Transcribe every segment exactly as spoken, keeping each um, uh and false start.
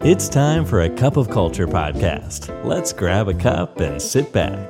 It's time for a cup of culture podcast. Let's grab a cup and sit back.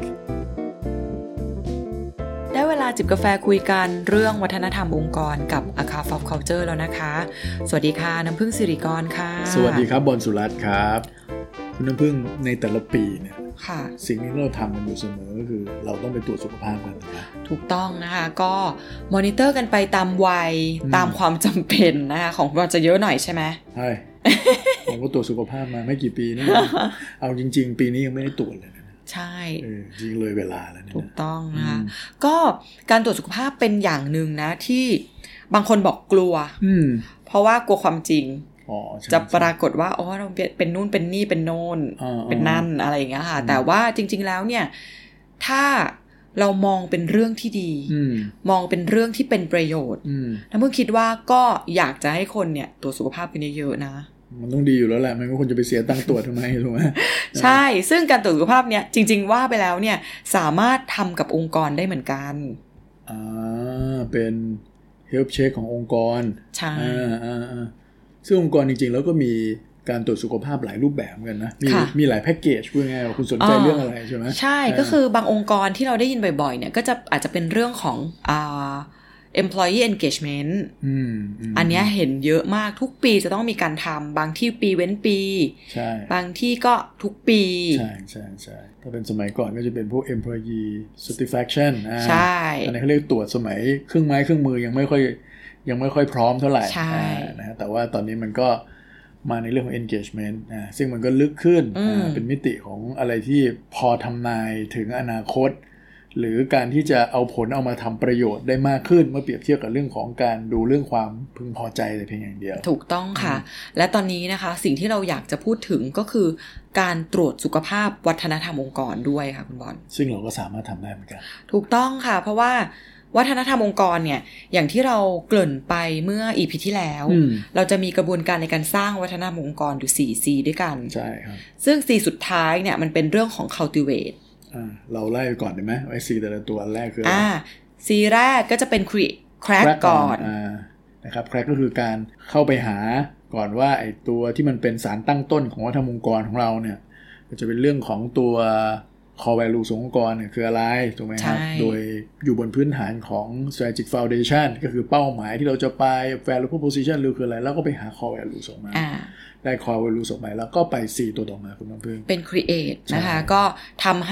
ได้เวลาจิบกาแฟคุยกันเรื่องวัฒนธรรมองค์กรกับ A Cup of Culture แล้วนะคะสวัสดีค่ะน้ำพึ่งสิริกรค่ะสวัสดีครับบอลสุรัตน์ครับคุณน้ำพึ่งในแต่ละปีเนี่ยสิ่งที่เราทำกันอยู่เสมอก็คือเราต้องไปตรวจสุขภาพกันนะถูกต้องนะคะก็มอนิเตอร์กันไปตามวัยตามความจำเป็นนะคะของเราจะเยอะหน่อยใช่ไหมใช่ผมก็ตรวจสุขภาพมาไม่กี่ปีนี่ เอาจริงๆปีนี้ยังไม่ได้ตรวจเลยนะใช่จริงเลยเวลาแล้วเนี่ยถูกต้องนะคะก็การตรวจสุขภาพเป็นอย่างนึงนะที่บางคนบอกกลัวเพราะว่ากลัวความจริงจะปรากฏว่าอ๋อเราเป็นนู่นเป็นนี่เป็นโน่นเป็นนั่นอะไรอย่างเงี้ยค่ะแต่ว่าจริงๆแล้วเนี่ยถ้าเรามองเป็นเรื่องที่ดีมองเป็นเรื่องที่เป็นประโยชน์น้ำพึ่งคิดว่าก็อยากจะให้คนเนี่ยตรวจสุขภาพกันเยอะๆนะมันต้องดีอยู่แล้วแหละไม่งั้นคนจะไปเสียตังค์ตรวจทำไมถูกไหมใช่ซึ่งการตรวจสุขภาพเนี่ยจริงๆว่าไปแล้วเนี่ยสามารถทำกับองค์กรได้เหมือนกันอ่าเป็น health check ขององค์กรใช่อ่าๆซึ่งองค์กรจริงๆแล้วก็มีการตรวจสุขภาพหลายรูปแบบกันนะมีมีหลายแพ็กเกจพูดง่ายๆคุณสนใจเรื่องอะไรใช่ไหมใช่ก็คือบางองค์กรที่เราได้ยินบ่อยๆเนี่ยก็จะอาจจะเป็นเรื่องของอ่า employee engagement อืมอันนี้เห็นเยอะมากทุกปีจะต้องมีการทำบางที่ปีเว้นปีใช่บางที่ก็ทุกปีใช่ใช่ใช่ถ้าเป็นสมัยก่อนก็จะเป็นพวก employee satisfaction อ่าใช่อันนี้เขาเรียกตรวจสมัยเครื่องไม้เครื่องมือยังไม่ค่อยยังไม่ค่อยพร้อมเท่าไหร่นะแต่ว่าตอนนี้มันก็มาในเรื่องของ engagement นะซึ่งมันก็ลึกขึ้นเป็นมิติของอะไรที่พอทำนายถึงอนาคตหรือการที่จะเอาผลเอามาทำประโยชน์ได้มากขึ้นเมื่อเปรียบเทียบกับเรื่องของการดูเรื่องความพึงพอใจแต่เพียงอย่างเดียวถูกต้องค่ะและตอนนี้นะคะสิ่งที่เราอยากจะพูดถึงก็คือการตรวจสุขภาพวัฒนธรรมองค์กรด้วยค่ะคุณบอลซึ่งเราก็สามารถทำได้เหมือนกันถูกต้องค่ะเพราะว่าวัฒนธรรมองค์กรเนี่ยอย่างที่เราเกริ่นไปเมื่อ อี พี ที่แล้วเราจะมีกระบวนการในการสร้างวัฒนธรรมองค์กรอยู่ สี่ ซี ด้วยกันใช่ครับซึ่ง C สุดท้ายเนี่ยมันเป็นเรื่องของ cultivate อ่าเราไล่ก่อนได้ไหมไอ้ C แต่ละตัวอันแรกคืออะไรอ่า C แรกก็จะเป็น create crack ก่อนอ่านะครับ crack ก็คือการเข้าไปหาก่อนว่าไอ้ตัวที่มันเป็นสารตั้งต้นของวัฒนธรรมองค์กรของเราเนี่ยก็จะเป็นเรื่องของตัว core value ขององค์กรเนี่ยคืออะไรถูกไหมครับโดยอยู่บนพื้นฐานของ strategic foundation ก็คือเป้าหมายที่เราจะไป value proposition หรือคืออะไรแล้วก็ไปหา core value ออกมาได้ core value ออกมาแล้วก็ไปสี่ตัวต่อมาคุณน้ำพึ่งเป็น create นะคะก็ทำให้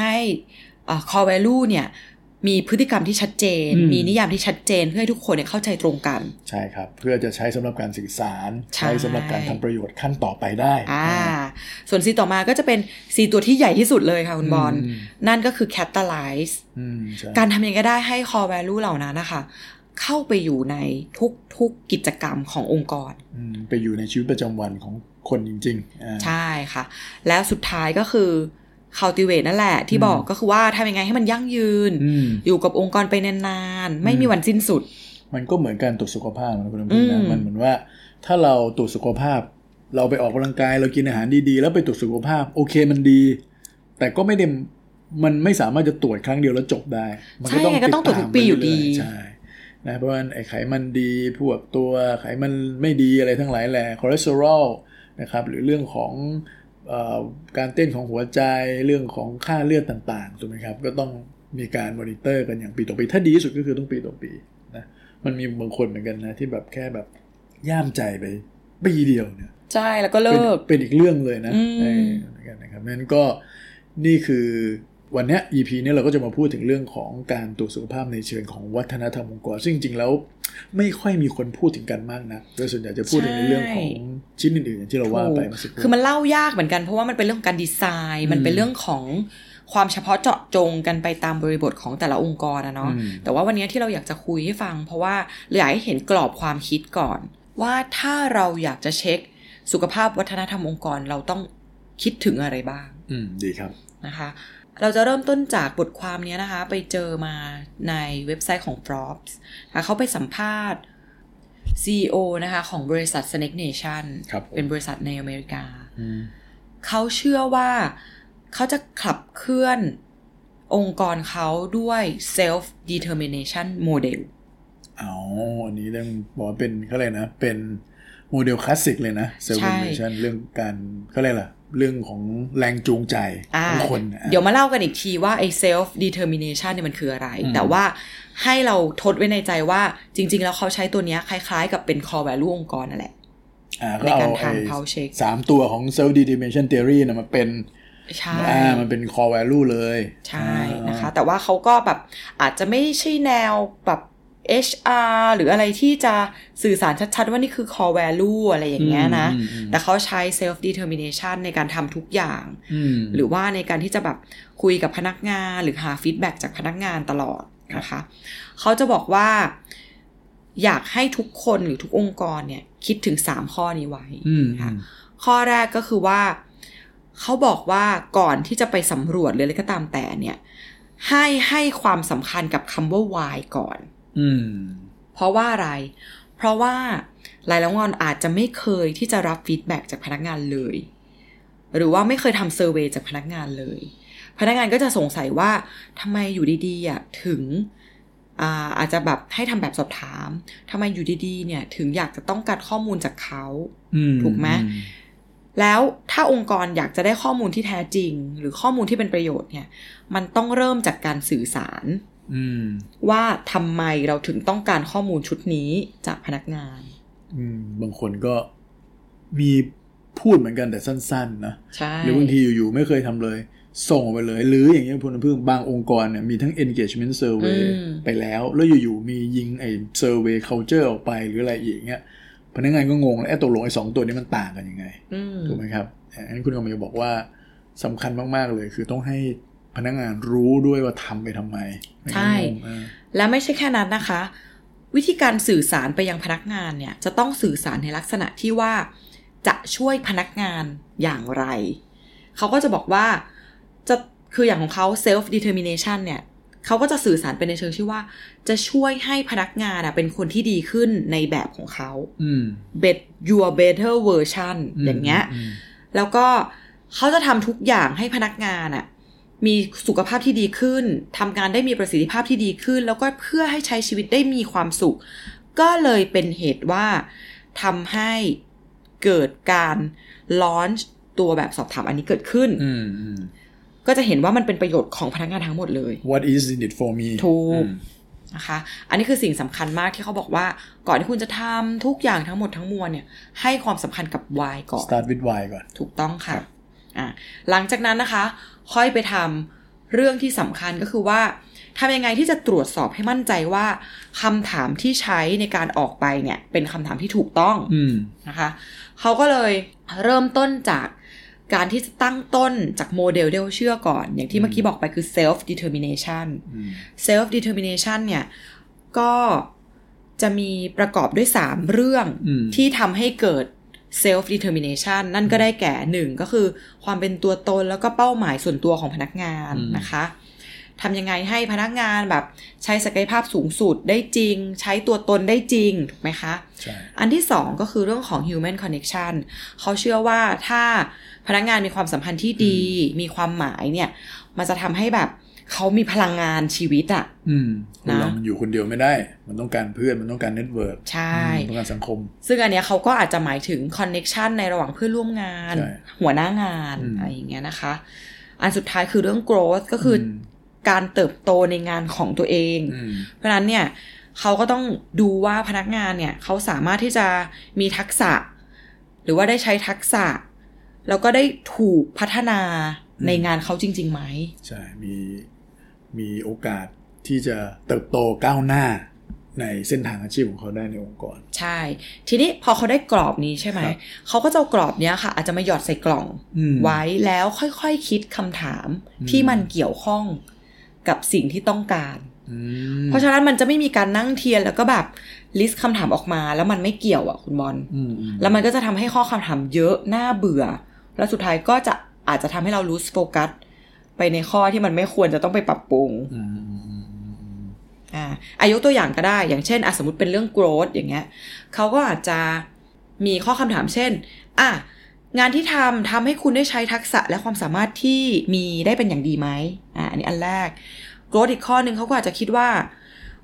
core value เนี่ยมีพฤติกรรมที่ชัดเจนมีนิยามที่ชัดเจนเพื่อให้ทุกคนเนี่ยเข้าใจตรงกันใช่ครับเพื่อจะใช้สำหรับการสื่อสารใช้สำหรับการทำประโยชน์ขั้นต่อไปได้อ่าส่วน C ต่อมาก็จะเป็น C ตัวที่ใหญ่ที่สุดเลยค่ะคุณบอลนั่นก็คือ catalyze การทำยังไงก็ได้ให้ core value เหล่านั้นนะคะเข้าไปอยู่ในทุกๆกิจกรรมขององค์กรไปอยู่ในชีวิตประจำวันของคนจริงๆใช่ค่ะแล้วสุดท้ายก็คือcultivate นั่นแหละที่บอกก็คือว่าทำยังไงให้มันยั่งยืน อ, อยู่กับองค์กรไปนานๆไม่มีวันสิ้นสุดมันก็เหมือนการตรวจสุขภาพนะคุณผู้ชมนะมันเหมือนว่าถ้าเราตรวจสุขภาพเราไปออกกำลังกายเรากินอาหารดีๆแล้วไปตรวจสุขภาพโอเคมันดีแต่ก็ไม่ได้มันไม่สามารถจะตรวจครั้งเดียวแล้วจบได้มันก็ต้องก็ต้องตรวจทุกปีอยู่ดีใช่นะเพราะว่าไอ้ไขมันดีพวกตัวไขมันไม่ดีอะไรทั้งหลายแหละคอเลสเตอรอลนะครับหรือเรื่องของการเต้นของหัวใจเรื่องของค่าเลือดต่างๆถูกไหมครับก็ต้องมีการมอนิเตอร์กันอย่างปีต่อปีถ้าดีที่สุดก็คือต้องปีต่อปีนะมันมีบางคนเหมือนกันนะที่แบบแค่แบบย่ามใจไปปีเดียวเนี่ยใช่แล้วก็เลิกเป็นอีกเรื่องเลยนะนะครับนั้นก็นี่คือวันนี้ อี พี นี้เราก็จะมาพูดถึงเรื่องของการตรวจสุขภาพในเชิงของวัฒนธรรมองค์กรซึ่งจริงๆแล้วไม่ค่อยมีคนพูดถึงกันมากนะโดยส่วนใหญ่จะพูดในเรื่องของชิ้นอื่นๆอย่างที่เราว่าไปเมื่อสักครู่คือมันเล่ายากเหมือนกันเพราะว่ามันเป็นเรื่องของการดีไซน์มันเป็นเรื่องของความเฉพาะเจาะจงกันไปตามบริบทของแต่ละองค์กรนะเนาะแต่ว่าวันนี้ที่เราอยากจะคุยให้ฟังเพราะว่าเราอยากให้เห็นกรอบความคิดก่อนว่าถ้าเราอยากจะเช็คสุขภาพวัฒนธรรมองค์กรเราต้องคิดถึงอะไรบ้างอืมดีครับนะคะเราจะเริ่มต้นจากบทความนี้นะคะไปเจอมาในเว็บไซต์ของ Forbes เขาไปสัมภาษณ์ ซี อี โอ นะคะของบริษัท Snack Nation เป็นบริษัทในอเมริกาเขาเชื่อว่าเขาจะขับเคลื่อนองค์กรเขาด้วย self determination model อ๋ออันนี้เรื่องบอกว่าเป็นเขาเลยกนะเป็นโมเดลคลาสสิกเลยนะ self determination เรื่องการเขาเรียกอะไรเรื่องของแรงจูงใจของคนเดี๋ยวมาเล่ากันอีกทีว่าไอ้ self determination เนี่ยมันคืออะไรแต่ว่าให้เราทดไว้ในใจว่าจริงๆแล้วเขาใช้ตัวเนี้ยคล้ายๆกับเป็น core value องค์กรนั่นแหละในการทำ pulse check สามตัวของ self determination theory นะมันเป็นใช่มันเป็น core value เลยใช่นะคะแต่ว่าเขาก็แบบอาจจะไม่ใช่แนวแบบ เอช อาร์ หรืออะไรที่จะสื่อสารชัดๆว่านี่คือ core value อะไรอย่างเงี้ยนะแต่เขาใช้ self determination ในการทำทุกอย่างหรือว่าในการที่จะแบบคุยกับพนักงานหรือหา feedback จากพนักงานตลอดนะคะเขาจะบอกว่าอยากให้ทุกคนหรือทุกองค์กรเนี่ยคิดถึงสามข้อนี้ไว้ค่ะข้อแรกก็คือว่าเขาบอกว่าก่อนที่จะไปสำรวจหรืออะไรก็ตามแต่เนี่ยให้ให้ความสำคัญกับคำว่า why ก่อนอืมเพราะว่าอะไรเพราะว่าหลายๆองค์กรอาจจะไม่เคยที่จะรับฟีดแบ็กจากพนักงานเลยหรือว่าไม่เคยทำเซอร์เวย์จากพนักงานเลยพนักงานก็จะสงสัยว่าทำไมอยู่ดีๆอ่ะถึงอ่าอาจจะแบบให้ทำแบบสอบถามทำไมอยู่ดีๆเนี่ยถึงอยากจะต้องการข้อมูลจากเขาถูกไหมแล้วถ้าองค์กรอยากจะได้ข้อมูลที่แท้จริงหรือข้อมูลที่เป็นประโยชน์เนี่ยมันต้องเริ่มจากการสื่อสารว่าทำไมเราถึงต้องการข้อมูลชุดนี้จากพนักงานบางคนก็มีพูดเหมือนกันแต่สั้นๆนะหรือบางทีอยู่ๆไม่เคยทำเลยส่งไปเลยหรืออย่างเงี้ยพูดเพิ่งบางองค์กรเนี่ยมีทั้ง engagement survey ไปแล้วแล้วอยู่ๆมียิงไอ้ survey culture ออกไปหรืออะไรอีกเงี้ยพนักงานก็งงแล้วไอ้ตกลงไอ้สองตัวนี้มันต่างกันยังไงถูกไหมครับอันนี้คุณกำลังจะบอกว่าสำคัญมากๆเลยคือต้องให้พนักงานรู้ด้วยว่าทำไปทำไมใช่แล้วไม่ใช่แค่นั้นนะคะวิธีการสื่อสารไปยังพนักงานเนี่ยจะต้องสื่อสารในลักษณะที่ว่าจะช่วยพนักงานอย่างไรเขาก็จะบอกว่าจะคืออย่างของเขา self determination เนี่ยเขาก็จะสื่อสารไปในเชิงที่ว่าจะช่วยให้พนักงานเป็นคนที่ดีขึ้นในแบบของเขา bet your better version อย่างเงี้ยแล้วก็เขาจะทำทุกอย่างให้พนักงานอะมีสุขภาพที่ดีขึ้นทำงานได้มีประสิทธิภาพที่ดีขึ้นแล้วก็เพื่อให้ใช้ชีวิตได้มีความสุขก็เลยเป็นเหตุว่าทำให้เกิดการลอนช์ตัวแบบสอบถามอันนี้เกิดขึ้นก็จะเห็นว่ามันเป็นประโยชน์ของพนักงานทั้งหมดเลย What is in it for me ถูกนะคะอันนี้คือสิ่งสำคัญมากที่เขาบอกว่าก่อนที่คุณจะทำทุกอย่างทั้งหมดทั้งมวลเนี่ยให้ความสำคัญกับ why ก่อน start with why ก่อนถูกต้องค่ะอ่ะหลังจากนั้นนะคะค่อยไปทำเรื่องที่สำคัญก็คือว่าทำยังไงที่จะตรวจสอบให้มั่นใจว่าคำถามที่ใช้ในการออกไปเนี่ยเป็นคำถามที่ถูกต้องนะคะเขาก็เลยเริ่มต้นจากการที่จะตั้งต้นจากโมเดลที่เขาเชื่อก่อนอย่างที่เมื่อกี้บอกไปคือ self determination self determination เนี่ยก็จะมีประกอบด้วยสามเรื่องที่ทำให้เกิดself determination นั่นก็ได้แก่หนึ่งก็คือความเป็นตัวตนแล้วก็เป้าหมายส่วนตัวของพนักงานนะคะทำยังไงให้พนักงานแบบใช้ศักยภาพสูงสุดได้จริงใช้ตัวตนได้จริงถูกไหมคะอันที่สองก็คือเรื่องของ human connection เขาเชื่อว่าถ้าพนักงานมีความสัมพันธ์ที่ดีมีความหมายเนี่ยมันจะทำให้แบบเขามีพลังงานชีวิตอ่ะนะมันอยู่คนเดียวไม่ได้มันต้องการเพื่อนมันต้องการเน็ตเวิร์กใช่ต้องการสังคมซึ่งอันเนี้ยเขาก็อาจจะหมายถึงคอนเน็กชันในระหว่างเพื่อนร่วมงานหัวหน้างานอะไรอย่างเงี้ยนะคะอันสุดท้ายคือเรื่อง growth ก็คือการเติบโตในงานของตัวเองเพราะฉะนั้นเนี่ยเขาก็ต้องดูว่าพนักงานเนี่ยเขาสามารถที่จะมีทักษะหรือว่าได้ใช้ทักษะแล้วก็ได้ถูกพัฒนาในงานเขาจริงๆไหมใช่มีมีโอกาสที่จะเติบโตก้าวหน้าในเส้นทางอาชีพของเขาได้ในองค์กรใช่ทีนี้พอเขาได้กรอบนี้ใช่ไหมเขาก็จะเอากรอบนี้ค่ะอาจจะมาหยอดใส่กล่องไว้แล้วค่อยๆ ค, คิดคำถามที่มันเกี่ยวข้องกับสิ่งที่ต้องการเพราะฉะนั้นมันจะไม่มีการนั่งเทียนแล้วก็แบบลิสต์คำถามออกมาแล้วมันไม่เกี่ยวอ่ะคุณบอลแล้วมันก็จะทำให้ข้อคำถามเยอะน่าเบื่อแล้วสุดท้ายก็จะอาจจะทำให้เราloseโฟกัสไปในข้อที่มันไม่ควรจะต้องไปปรับปรุงอ่าอายุตัวอย่างก็ได้อย่างเช่นอ่ะสมมุติเป็นเรื่อง growth อย่างเงี้ยเขาก็อาจจะมีข้อคำถามเช่นอ่ะงานที่ทำทำให้คุณได้ใช้ทักษะและความสามารถที่มีได้เป็นอย่างดีไหมอ่าอันนี้อันแรก growth อีกข้อนึงเขาก็อาจจะคิดว่า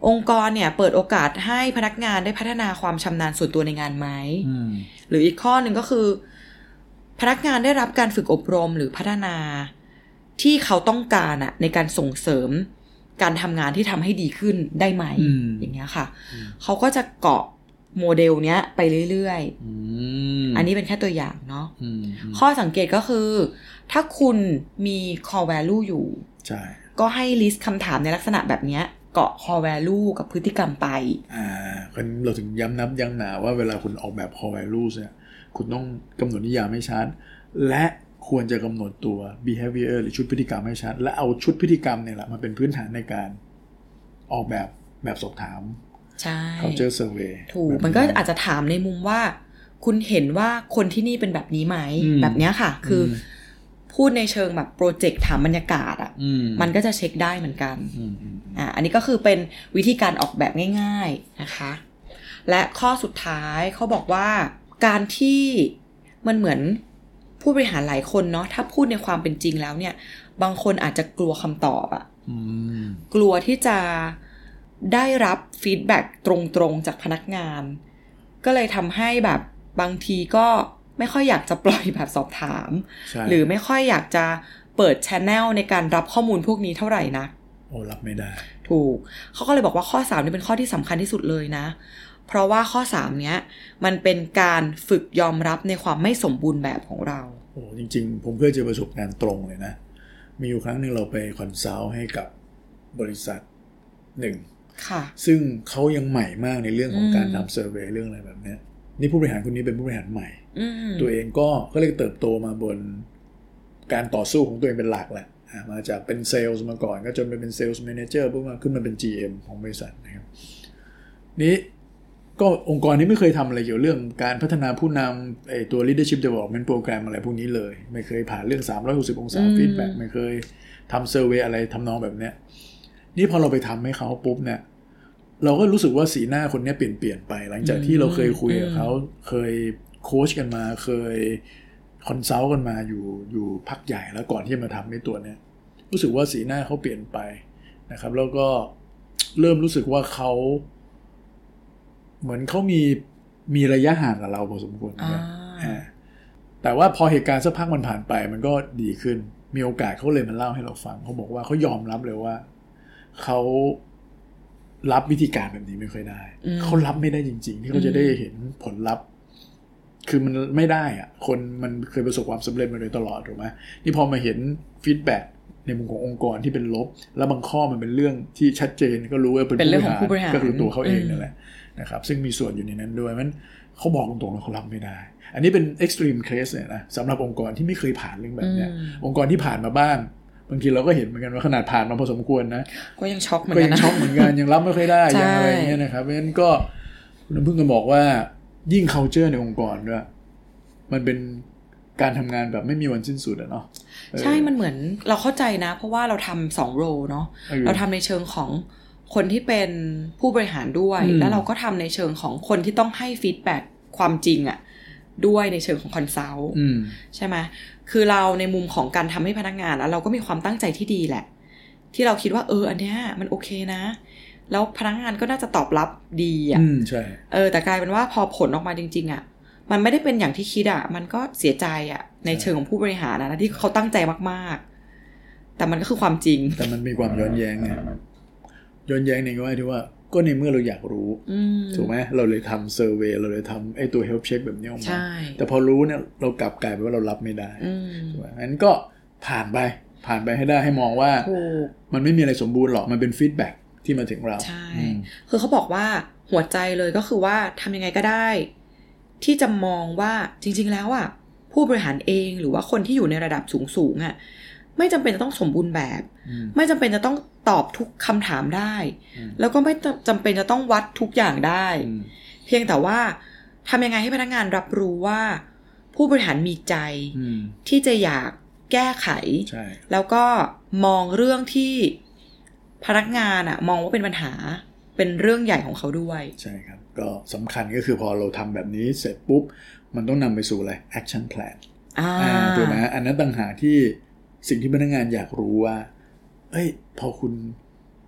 องค์กรเนี่ยเปิดโอกาสให้พนักงานได้พัฒนาความชำนาญส่วนตัวในงานไหมหรืออีกข้อหนึ่งก็คือพนักงานได้รับการฝึกอบรมหรือพัฒนาที่เขาต้องการอะในการส่งเสริมการทำงานที่ทำให้ดีขึ้นได้ไหม อ, อย่างเงี้ยค่ะเขาก็จะเกาะโมเดลเนี้ยไปเรื่อยๆ อันนี้เป็นแค่ตัวอย่างเนาะข้อสังเกตก็คือถ้าคุณมี core value อยู่ก็ให้ list คำถามในลักษณะแบบเนี้ยเกาะ core value กับพฤติกรรมไปอ่าเราถึงย้ำนับย้ำหนาว่าเวลาคุณออกแบบ core value เนี่ยคุณต้องกำหนดนิยามให้ชัดและควรจะกำหนดตัว behavior หรือชุดพฤติกรรมให้ชัดและเอาชุดพฤติกรรมเนี่ยแหละมาเป็นพื้นฐานในการออกแบบแบบสอบถามใช่ culture survey ถูกมันก็อาจจะถามในมุมว่าคุณเห็นว่าคนที่นี่เป็นแบบนี้ไหมแบบนี้ค่ะคือพูดในเชิงแบบโปรเจกต์ถามบรรยากาศอ่ะมันก็จะเช็คได้เหมือนกันอ่าอันนี้ก็คือเป็นวิธีการออกแบบง่ายๆนะคะและข้อสุดท้ายเขาบอกว่าการที่มันเหมือนผู้บริหารหลายคนเนาะถ้าพูดในความเป็นจริงแล้วเนี่ยบางคนอาจจะกลัวคำตอบอ่ะกลัวที่จะได้รับฟีดแบ็กตรงๆจากพนักงานก็เลยทำให้แบบบางทีก็ไม่ค่อยอยากจะปล่อยแบบสอบถามหรือไม่ค่อยอยากจะเปิด channel ในการรับข้อมูลพวกนี้เท่าไหร่นะโอ้รับไม่ได้ถูกเขาก็เลยบอกว่าข้อสามนี่เป็นข้อที่สำคัญที่สุดเลยนะเพราะว่าข้อสามเนี้ยมันเป็นการฝึกยอมรับในความไม่สมบูรณ์แบบของเราโอ้จริงๆผมเคยเจอประสบการณ์ตรงเลยนะมีอยู่ครั้งนึงเราไปคอนซัลท์ให้กับบริษัทหนึ่งซึ่งเขายังใหม่มากในเรื่องของการทำเซอร์เวย์เรื่องอะไรแบบนี้นี่ผู้บริหารคนนี้เป็นผู้บริหารใหม่ตัวเองก็ก็เลยเติบโตมาบนการต่อสู้ของตัวเองเป็นหลักแหละมาจากเป็นเซลล์มาก่อนก็จนไปเป็นเซลล์แมเนเจอร์ปุ๊บมาขึ้นมาเป็น จี เอ็ม ของบริษัทนะครับนี้ก็องค์กรนี้ไม่เคยทำอะไรเกี่ยวเรื่องการพัฒนาผู้นำไอ้ตัว leadership development program อะไรพวกนี้เลยไม่เคยผ่านเรื่องสามร้อยหกสิบองศา feedback ไม่เคยทำเซอร์เวย์อะไรทำนองแบบเนี้ยนี่พอเราไปทำให้เขาปุ๊บเนี่ยเราก็รู้สึกว่าสีหน้าคนนี้เปลี่ยนเปลี่ยนไปหลังจากที่เราเคยคุยกับเขาเคยโค้ชกันมาเคยคอนซัลท์กันมาอยู่อยู่พักใหญ่แล้วก่อนที่จะมาทำในตัวเนี้ยรู้สึกว่าสีหน้าเขาเปลี่ยนไปนะครับแล้วก็เริ่มรู้สึกว่าเขาเหมือนเขามีมีระยะห่างกับเราพอสมควรนะแต่ว่าพอเหตุการณ์สักพักมันผ่านไปมันก็ดีขึ้นมีโอกาสเขาเลยมาเล่าให้เราฟังเขาบอกว่าเขายอมรับเลยว่าเขารับวิธีการแบบนี้ไม่ค่อยได้เขารับไม่ได้จริงๆที่เขาจะได้เห็นผลลัพธ์คือมันไม่ได้อ่ะคนมันเคยประสบความสำเร็จมาโดยตลอดถูกไหมนี่พอมาเห็นฟีดแบ็กในมุมขององค์กรที่เป็นลบแล้วบางข้อมันเป็นเรื่องที่ชัดเจนก็รู้ว่าเป็นผู้บริหารก็คือตัวเขาเองนั่นแหละนะครับซึ่งมีส่วนอยู่ในนั้นด้วยมันเขาบอกตรงๆว่าเขารับไม่ได้อันนี้เป็น extreme case เนี่ยนะสำหรับองค์กรที่ไม่เคยผ่านเรื่องแบบเนี้ยองค์กรที่ผ่านมาบ้างบางทีเราก็เห็นเหมือนกันว่าขนาดผ่านมาพอสมควรนะก็ยังช็อกเหมือนกันนะก็ยังช็อกเหมือนกันยังรับไม่ค่อยได้ยังอะไรเงี้ยนะครับเพราะฉะนั้นก็คุณเพิ่งจะบอกว่ายิ่ง culture ในองค์กรด้วยมันเป็นการทำงานแบบไม่มีวันสิ้นสุดอะเนาะใช่มันเหมือนเราเข้าใจนะเพราะว่าเราทำสองโรเนาะเราทำในเชิงของคนที่เป็นผู้บริหารด้วยแล้วเราก็ทำในเชิงของคนที่ต้องให้ฟีดแบ็กความจริงอะด้วยในเชิงของคอนซัลท์ใช่ไหมคือเราในมุมของการทำให้พนักงานเราก็มีความตั้งใจที่ดีแหละที่เราคิดว่าเอออันเนี้ยมันโอเคนะแล้วพนักงานก็น่าจะตอบรับดีอ่ะใช่เออแต่กลายเป็นว่าพอผลออกมาจริงๆอ่ะมันไม่ได้เป็นอย่างที่คิดอ่ะมันก็เสียใจอ่ะในเชิงของผู้บริหารนะที่เขาตั้งใจมากๆแต่มันก็คือความจริงแต่มันมีความย้อนแย้งไงย้อนแย้งในแง่ที่ว่าก็ในเมื่อเราอยากรู้ถูกไหมเราเลยทำเซอร์เวย์เราเลยทำไอ้ตัว health check แบบนี้ออกมาแต่พอรู้เนี่ยเรากลับกลายเป็นว่าเรารับไม่ได้ถูกไหมงั้นก็ผ่านไปผ่านไปให้ได้ให้มองว่ามันไม่มีอะไรสมบูรณ์หรอกมันเป็นฟีดแบ็กที่มาถึงเราใช่คือเขาบอกว่าหัวใจเลยก็คือว่าทำยังไงก็ได้ที่จะมองว่าจริงๆแล้วอ่ะผู้บริหารเองหรือว่าคนที่อยู่ในระดับสูงๆอ่ะไม่จำเป็นจะต้องสมบูรณ์แบบไม่จำเป็นจะต้องตอบทุกคำถามได้แล้วก็ไม่จำเป็นจะต้องวัดทุกอย่างได้เพียงแต่ว่าทำยังไงให้พนักงานรับรู้ว่าผู้บริหารมีใจที่จะอยากแก้ไขแล้วก็มองเรื่องที่พนักงานอะมองว่าเป็นปัญหาเป็นเรื่องใหญ่ของเขาด้วยใช่ครับก็สำคัญก็คือพอเราทำแบบนี้เสร็จปุ๊บมันต้องนำไปสู่อะไร action plan อ่าถูกไหมอันนั้นต่างหากที่สิ่งที่พนักงานอยากรู้ว่าเอ้ยพอคุณ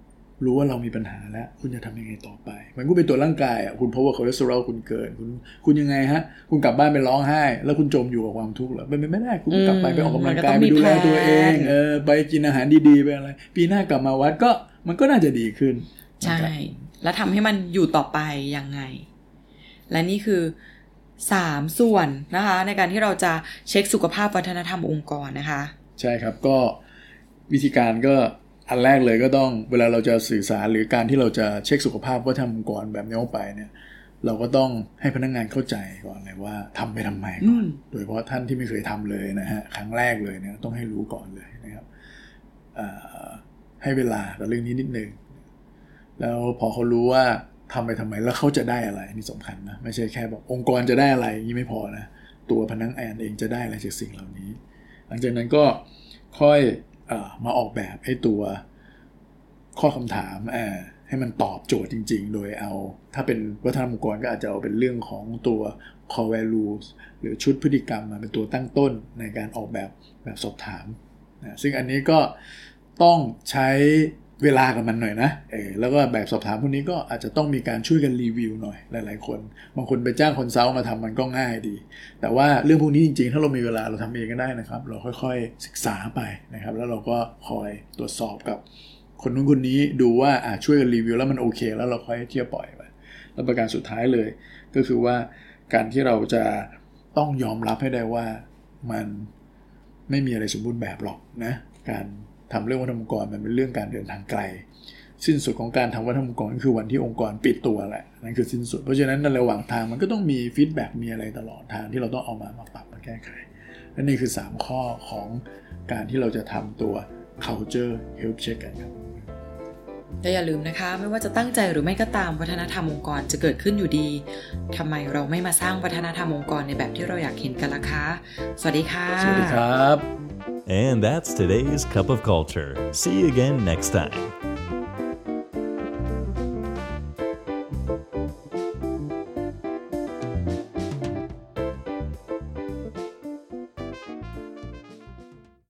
รู้ว่าเรามีปัญหาแล้วคุณจะทำยังไงต่อไปมันก็เป็นตัวร่างกายอ่ะคุณเพราะว่าคอเลสเตอรอลคุณเกินคุณคุณยังไงฮะคุณกลับบ้านไปร้องไห้แล้วคุณจมอยู่กับความทุกข์เหรอเป็นไม่ได้คุณกลับไปไปออกกำลังกายไปดูแลตัวเองเออไปกินอาหารดีๆไปอะไรปีหน้ากลับมาวัดก็มันก็น่าจะดีขึ้นใช่แล้วทำให้มันอยู่ต่อไปยังไงและนี่คือสามส่วนนะคะในการที่เราจะเช็คสุขภาพวัฒนธรรมองค์กรนะคะใช่ครับก็วิธีการก็อันแรกเลยก็ต้องเวลาเราจะสื่อสารหรือการที่เราจะเช็คสุขภาพวัฒนธรรมองค์กรแบบนี้ออกไปเนี่ยเราก็ต้องให้พนักงานเข้าใจก่อนเลยว่าทำไปทำไมก่อนโดยเฉพาะท่านที่ไม่เคยทำเลยนะฮะครั้งแรกเลยเนี่ยต้องให้รู้ก่อนเลยนะครับให้เวลากับเรื่องนี้นิดนึงแล้วพอเขารู้ว่าทำไปทำไมแล้วเขาจะได้อะไรนี่สำคัญนะไม่ใช่แค่บอกองค์กรจะได้อะไรนี่ไม่พอนะตัวพนักงานเองจะได้อะไรจากสิ่งเหล่านี้หลังจากนั้นก็ค่อยเอ่อมาออกแบบให้ตัวข้อคำถามเอ่อให้มันตอบโจทย์จริงๆโดยเอาถ้าเป็นวัฒนธรรมองค์กรก็อาจจะเอาเป็นเรื่องของตัว core values หรือชุดพฤติกรรมมาเป็นตัวตั้งต้นในการออกแบบแบบสอบถามนะซึ่งอันนี้ก็ต้องใช้เวลากับมันหน่อยนะเออแล้วก็แบบสอบถามพวกนี้ก็อาจจะต้องมีการช่วยกันรีวิวหน่อยหลายๆคนบางคนไปจ้างคอนซัลท์มาทำมันก็ง่ายดีแต่ว่าเรื่องพวกนี้จริงๆถ้าเรามีเวลาเราทำเองก็ได้นะครับเราค่อยๆศึกษาไปนะครับแล้วเราก็คอยตรวจสอบกับคนนู้นคนนี้ดูว่าอ่ะช่วยกันรีวิวแล้วมันโอเคแล้วเราค่อยเที่ยวปล่อยไปแล้วประการสุดท้ายเลยก็คือว่าการที่เราจะต้องยอมรับให้ได้ว่ามันไม่มีอะไรสมบูรณ์แบบหรอกนะการทำเรื่องวัฒนธรรมองค์กรมันเป็นเรื่องการเดินทางไกลสิ้นสุดของการทำวัฒนธรรมองค์กรก็คือวันที่องค์กรปิดตัวแหละนั่นคือสิ้นสุดเพราะฉะนั้นในระหว่างทางมันก็ต้องมีฟีดแบ็กมีอะไรตลอดทางที่เราต้องเอามามาปรับมาแก้ไขและนี่คือสามข้อของการที่เราจะทำตัว culture health check กันครับแต่อย่าลืมนะคะไม่ว่าจะตั้งใจหรือไม่ก็ตามวัฒนธรรมองค์กรจะเกิดขึ้นอยู่ดีทำไมเราไม่มาสร้างวัฒนธรรมองค์กรในแบบที่เราอยากเห็นกันล่ะคะสวัสดีค่ะสวัสดีครับ And that's today's Cup of Culture. See you again next time.